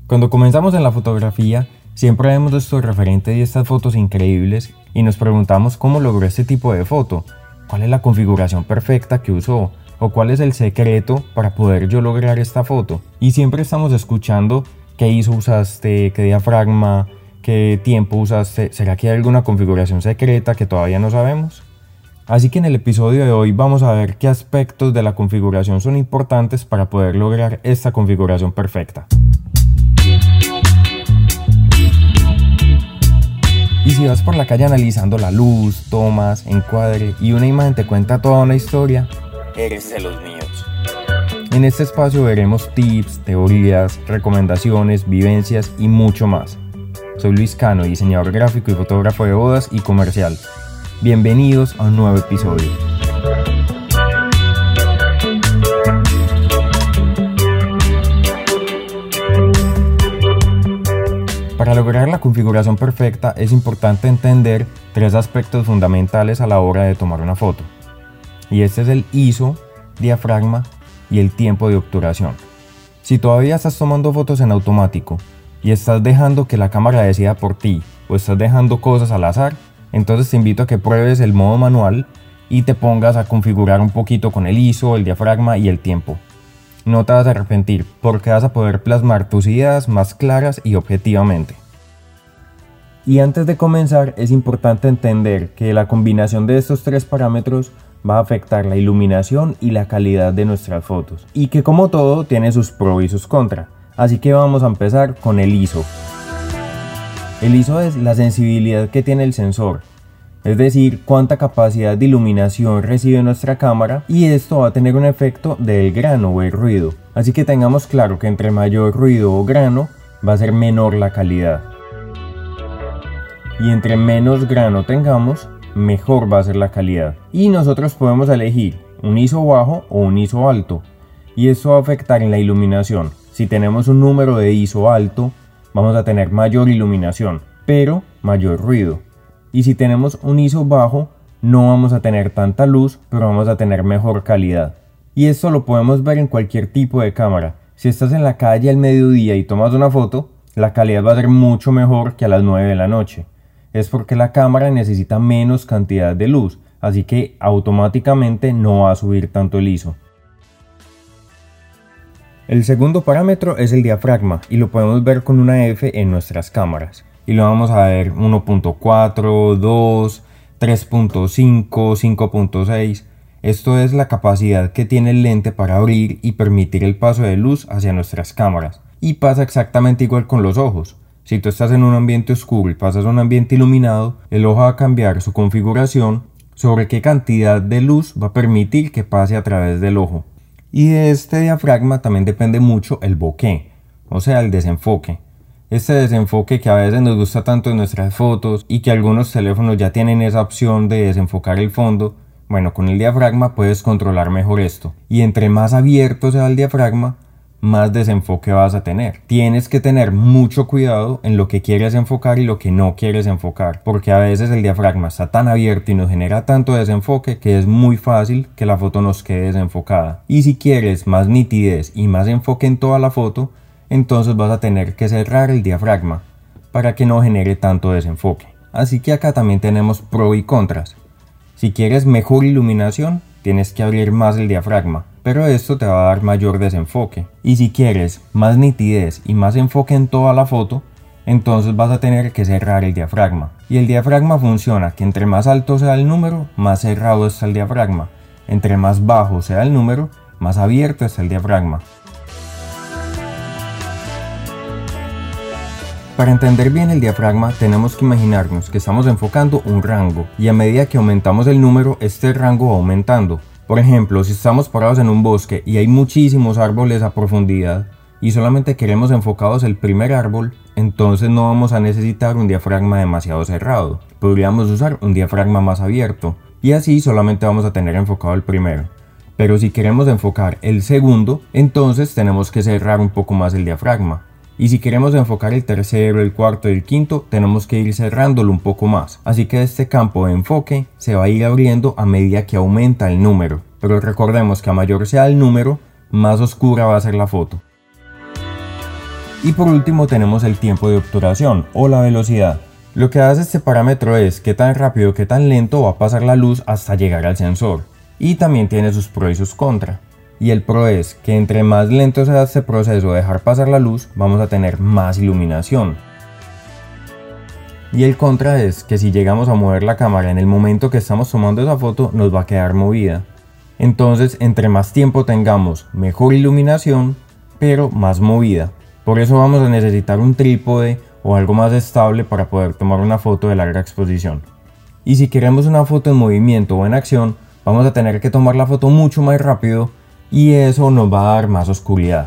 Cuando comenzamos en la fotografía, siempre vemos estos referentes y estas fotos increíbles y nos preguntamos cómo logró este tipo de foto, cuál es la configuración perfecta que usó o cuál es el secreto para poder yo lograr esta foto. Y siempre estamos escuchando qué ISO usaste, qué diafragma, qué tiempo usaste, ¿será que hay alguna configuración secreta que todavía no sabemos? Así que en el episodio de hoy vamos a ver qué aspectos de la configuración son importantes para poder lograr esta configuración perfecta. Y si vas por la calle analizando la luz, tomas, encuadre y una imagen te cuenta toda una historia, eres de los míos. En este espacio veremos tips, teorías, recomendaciones, vivencias y mucho más. Soy Luis Cano, diseñador gráfico y fotógrafo de bodas y comercial. Bienvenidos a un nuevo episodio. Para lograr la configuración perfecta es importante entender tres aspectos fundamentales a la hora de tomar una foto. Y este es el ISO, diafragma y el tiempo de obturación. Si todavía estás tomando fotos en automático y estás dejando que la cámara decida por ti o estás dejando cosas al azar, entonces te invito a que pruebes el modo manual y te pongas a configurar un poquito con el ISO, el diafragma y el tiempo. No te vas a arrepentir porque vas a poder plasmar tus ideas más claras y objetivamente. Y antes de comenzar es importante entender que la combinación de estos tres parámetros va a afectar la iluminación y la calidad de nuestras fotos. Y que como todo tiene sus pros y sus contras. Así que vamos a empezar con el ISO. El ISO es la sensibilidad que tiene el sensor. Es decir, cuánta capacidad de iluminación recibe nuestra cámara y esto va a tener un efecto del grano o el ruido. Así que tengamos claro que entre mayor ruido o grano va a ser menor la calidad. Y entre menos grano tengamos, mejor va a ser la calidad. Y nosotros podemos elegir un ISO bajo o un ISO alto. Y esto va a afectar en la iluminación. Si tenemos un número de ISO alto, vamos a tener mayor iluminación, pero mayor ruido. Y si tenemos un ISO bajo, no vamos a tener tanta luz, pero vamos a tener mejor calidad. Y esto lo podemos ver en cualquier tipo de cámara. Si estás en la calle al mediodía y tomas una foto, la calidad va a ser mucho mejor que a las 9 de la noche. Es porque la cámara necesita menos cantidad de luz, así que automáticamente no va a subir tanto el ISO. El segundo parámetro es el diafragma y lo podemos ver con una F en nuestras cámaras. Y lo vamos a ver 1.4, 2, 3.5, 5.6. Esto es la capacidad que tiene el lente para abrir y permitir el paso de luz hacia nuestras cámaras. Y pasa exactamente igual con los ojos. Si tú estás en un ambiente oscuro y pasas a un ambiente iluminado, el ojo va a cambiar su configuración sobre qué cantidad de luz va a permitir que pase a través del ojo. Y de este diafragma también depende mucho el bokeh, o sea el desenfoque. Este desenfoque que a veces nos gusta tanto en nuestras fotos y que algunos teléfonos ya tienen esa opción de desenfocar el fondo, bueno, con el diafragma puedes controlar mejor esto. Y entre más abierto sea el diafragma, más desenfoque vas a tener. Tienes que tener mucho cuidado en lo que quieres enfocar y lo que no quieres enfocar, porque a veces el diafragma está tan abierto y nos genera tanto desenfoque que es muy fácil que la foto nos quede desenfocada. Y si quieres más nitidez y más enfoque en toda la foto, entonces vas a tener que cerrar el diafragma para que no genere tanto desenfoque. Así que acá también tenemos pros y contras. Si quieres mejor iluminación, tienes que abrir más el diafragma, pero esto te va a dar mayor desenfoque. Y si quieres más nitidez y más enfoque en toda la foto, entonces vas a tener que cerrar el diafragma. Y el diafragma funciona que entre más alto sea el número, más cerrado está el diafragma. Entre más bajo sea el número, más abierto está el diafragma. Para entender bien el diafragma tenemos que imaginarnos que estamos enfocando un rango y a medida que aumentamos el número, este rango va aumentando. Por ejemplo, si estamos parados en un bosque y hay muchísimos árboles a profundidad y solamente queremos enfocados el primer árbol, entonces no vamos a necesitar un diafragma demasiado cerrado. Podríamos usar un diafragma más abierto y así solamente vamos a tener enfocado el primero. Pero si queremos enfocar el segundo, entonces tenemos que cerrar un poco más el diafragma. Y si queremos enfocar el tercero, el cuarto y el quinto, tenemos que ir cerrándolo un poco más. Así que este campo de enfoque se va a ir abriendo a medida que aumenta el número. Pero recordemos que a mayor sea el número, más oscura va a ser la foto. Y por último tenemos el tiempo de obturación o la velocidad. Lo que hace este parámetro es qué tan rápido, qué tan lento va a pasar la luz hasta llegar al sensor. Y también tiene sus pros y sus contras. Y el pro es que entre más lento sea este proceso de dejar pasar la luz, vamos a tener más iluminación. Y el contra es que si llegamos a mover la cámara en el momento que estamos tomando esa foto, nos va a quedar movida. Entonces, entre más tiempo tengamos, mejor iluminación, pero más movida. Por eso vamos a necesitar un trípode o algo más estable para poder tomar una foto de larga exposición. Y si queremos una foto en movimiento o en acción, vamos a tener que tomar la foto mucho más rápido y eso nos va a dar más oscuridad.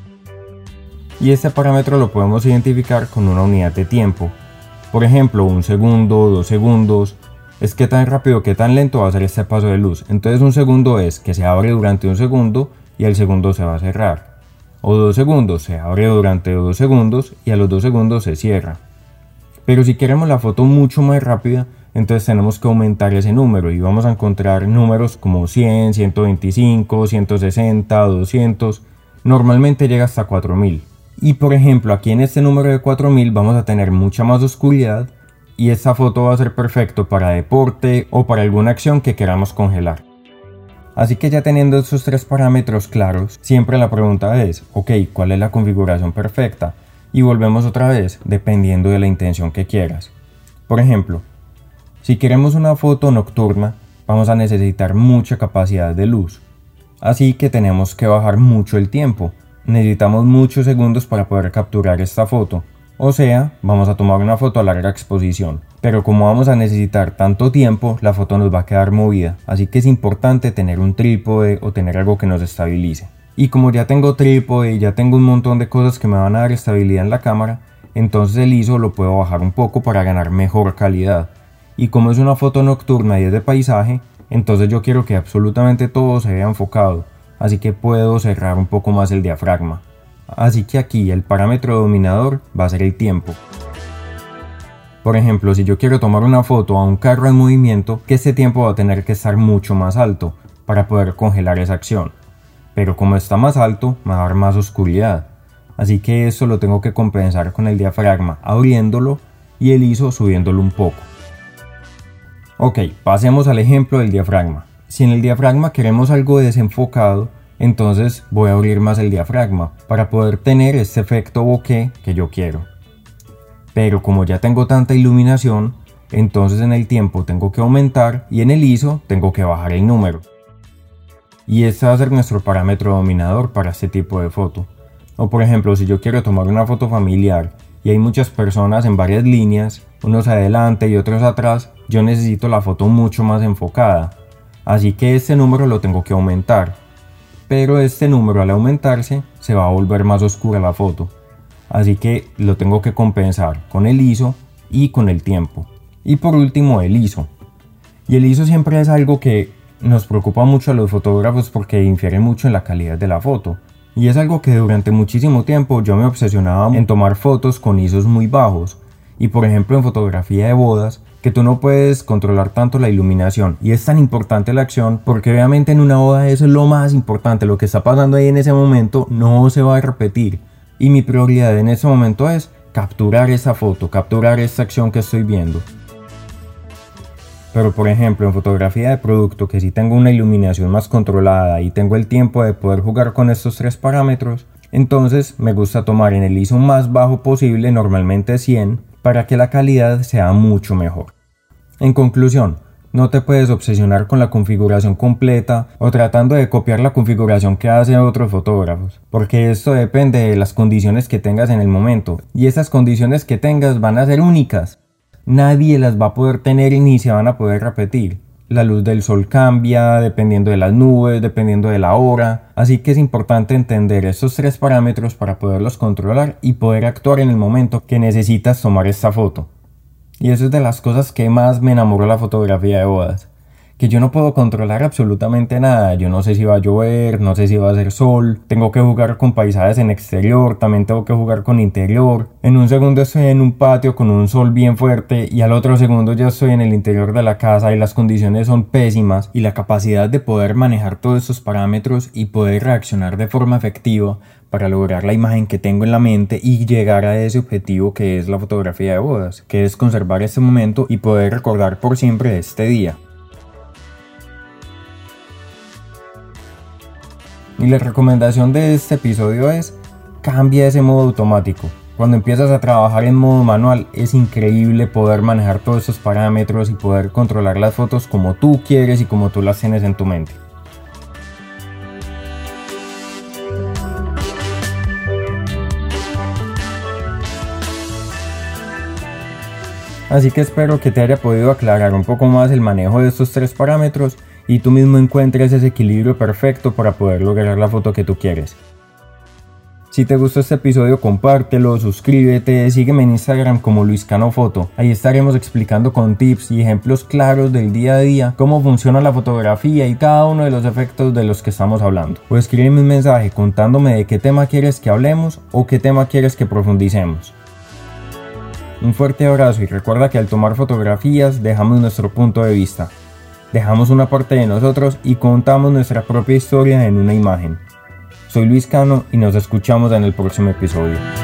Y este parámetro lo podemos identificar con una unidad de tiempo. Por ejemplo, 1 segundo, 2 segundos, es qué tan rápido, qué tan lento va a ser este paso de luz. Entonces 1 segundo es que se abre durante 1 segundo y al segundo se va a cerrar. O 2 segundos se abre durante 2 segundos y a los 2 segundos se cierra. Pero si queremos la foto mucho más rápida, entonces tenemos que aumentar ese número y vamos a encontrar números como 100, 125, 160, 200, normalmente llega hasta 4000. Y por ejemplo aquí en este número de 4000 vamos a tener mucha más oscuridad y esta foto va a ser perfecto para deporte o para alguna acción que queramos congelar. Así que ya teniendo estos tres parámetros claros, siempre la pregunta es, ok, ¿cuál es la configuración perfecta? Y volvemos otra vez, dependiendo de la intención que quieras. Por ejemplo, si queremos una foto nocturna, vamos a necesitar mucha capacidad de luz. Así que tenemos que bajar mucho el tiempo. Necesitamos muchos segundos para poder capturar esta foto. O sea, vamos a tomar una foto a larga exposición. Pero como vamos a necesitar tanto tiempo, la foto nos va a quedar movida. Así que es importante tener un trípode o tener algo que nos estabilice. Y como ya tengo trípode y ya tengo un montón de cosas que me van a dar estabilidad en la cámara, entonces el ISO lo puedo bajar un poco para ganar mejor calidad. Y como es una foto nocturna y es de paisaje, entonces yo quiero que absolutamente todo se vea enfocado. Así que puedo cerrar un poco más el diafragma. Así que aquí el parámetro dominador va a ser el tiempo. Por ejemplo, si yo quiero tomar una foto a un carro en movimiento, que este tiempo va a tener que estar mucho más alto para poder congelar esa acción. Pero como está más alto, me va a dar más oscuridad. Así que esto lo tengo que compensar con el diafragma abriéndolo y el ISO subiéndolo un poco. Ok, pasemos al ejemplo del diafragma. Si en el diafragma queremos algo desenfocado, entonces voy a abrir más el diafragma para poder tener este efecto bokeh que yo quiero. Pero como ya tengo tanta iluminación, entonces en el tiempo tengo que aumentar y en el ISO tengo que bajar el número. Y este va a ser nuestro parámetro dominador para este tipo de foto. O por ejemplo, si yo quiero tomar una foto familiar y hay muchas personas en varias líneas, unos adelante y otros atrás, yo necesito la foto mucho más enfocada. Así que este número lo tengo que aumentar. Pero este número al aumentarse se va a volver más oscura la foto. Así que lo tengo que compensar con el ISO y con el tiempo. Y por último el ISO. Y el ISO siempre es algo que nos preocupa mucho a los fotógrafos porque infiere mucho en la calidad de la foto. Y es algo que durante muchísimo tiempo yo me obsesionaba en tomar fotos con ISOs muy bajos. Y por ejemplo en fotografía de bodas, que tú no puedes controlar tanto la iluminación y es tan importante la acción porque obviamente en una boda eso es lo más importante, lo que está pasando ahí en ese momento no se va a repetir y mi prioridad en ese momento es capturar esa foto, capturar esta acción que estoy viendo. Pero por ejemplo en fotografía de producto, que si tengo una iluminación más controlada y tengo el tiempo de poder jugar con estos tres parámetros, entonces me gusta tomar en el ISO más bajo posible, normalmente 100, para que la calidad sea mucho mejor. En conclusión, no te puedes obsesionar con la configuración completa o tratando de copiar la configuración que hacen otros fotógrafos, porque esto depende de las condiciones que tengas en el momento, y esas condiciones que tengas van a ser únicas. Nadie las va a poder tener ni se van a poder repetir. La luz del sol cambia dependiendo de las nubes, dependiendo de la hora, así que es importante entender estos tres parámetros para poderlos controlar y poder actuar en el momento que necesitas tomar esta foto. Y eso es de las cosas que más me enamoró la fotografía de bodas, que yo no puedo controlar absolutamente nada. Yo no sé si va a llover, no sé si va a hacer sol, tengo que jugar con paisajes en exterior, también tengo que jugar con interior. En un segundo estoy en un patio con un sol bien fuerte y al otro segundo ya estoy en el interior de la casa y las condiciones son pésimas, y la capacidad de poder manejar todos estos parámetros y poder reaccionar de forma efectiva para lograr la imagen que tengo en la mente y llegar a ese objetivo que es la fotografía de bodas, que es conservar este momento y poder recordar por siempre este día. Y la recomendación de este episodio es: cambia ese modo automático. Cuando empiezas a trabajar en modo manual es increíble poder manejar todos estos parámetros y poder controlar las fotos como tú quieres y como tú las tienes en tu mente. Así que espero que te haya podido aclarar un poco más el manejo de estos 3 parámetros y tú mismo encuentres ese equilibrio perfecto para poder lograr la foto que tú quieres. Si te gustó este episodio, compártelo, suscríbete, sígueme en Instagram como LuisCanoFoto. Ahí estaremos explicando con tips y ejemplos claros del día a día cómo funciona la fotografía y cada uno de los efectos de los que estamos hablando. O escríbeme un mensaje contándome de qué tema quieres que hablemos o qué tema quieres que profundicemos. Un fuerte abrazo y recuerda que al tomar fotografías dejamos nuestro punto de vista. Dejamos una parte de nosotros y contamos nuestra propia historia en una imagen. Soy Luis Cano y nos escuchamos en el próximo episodio.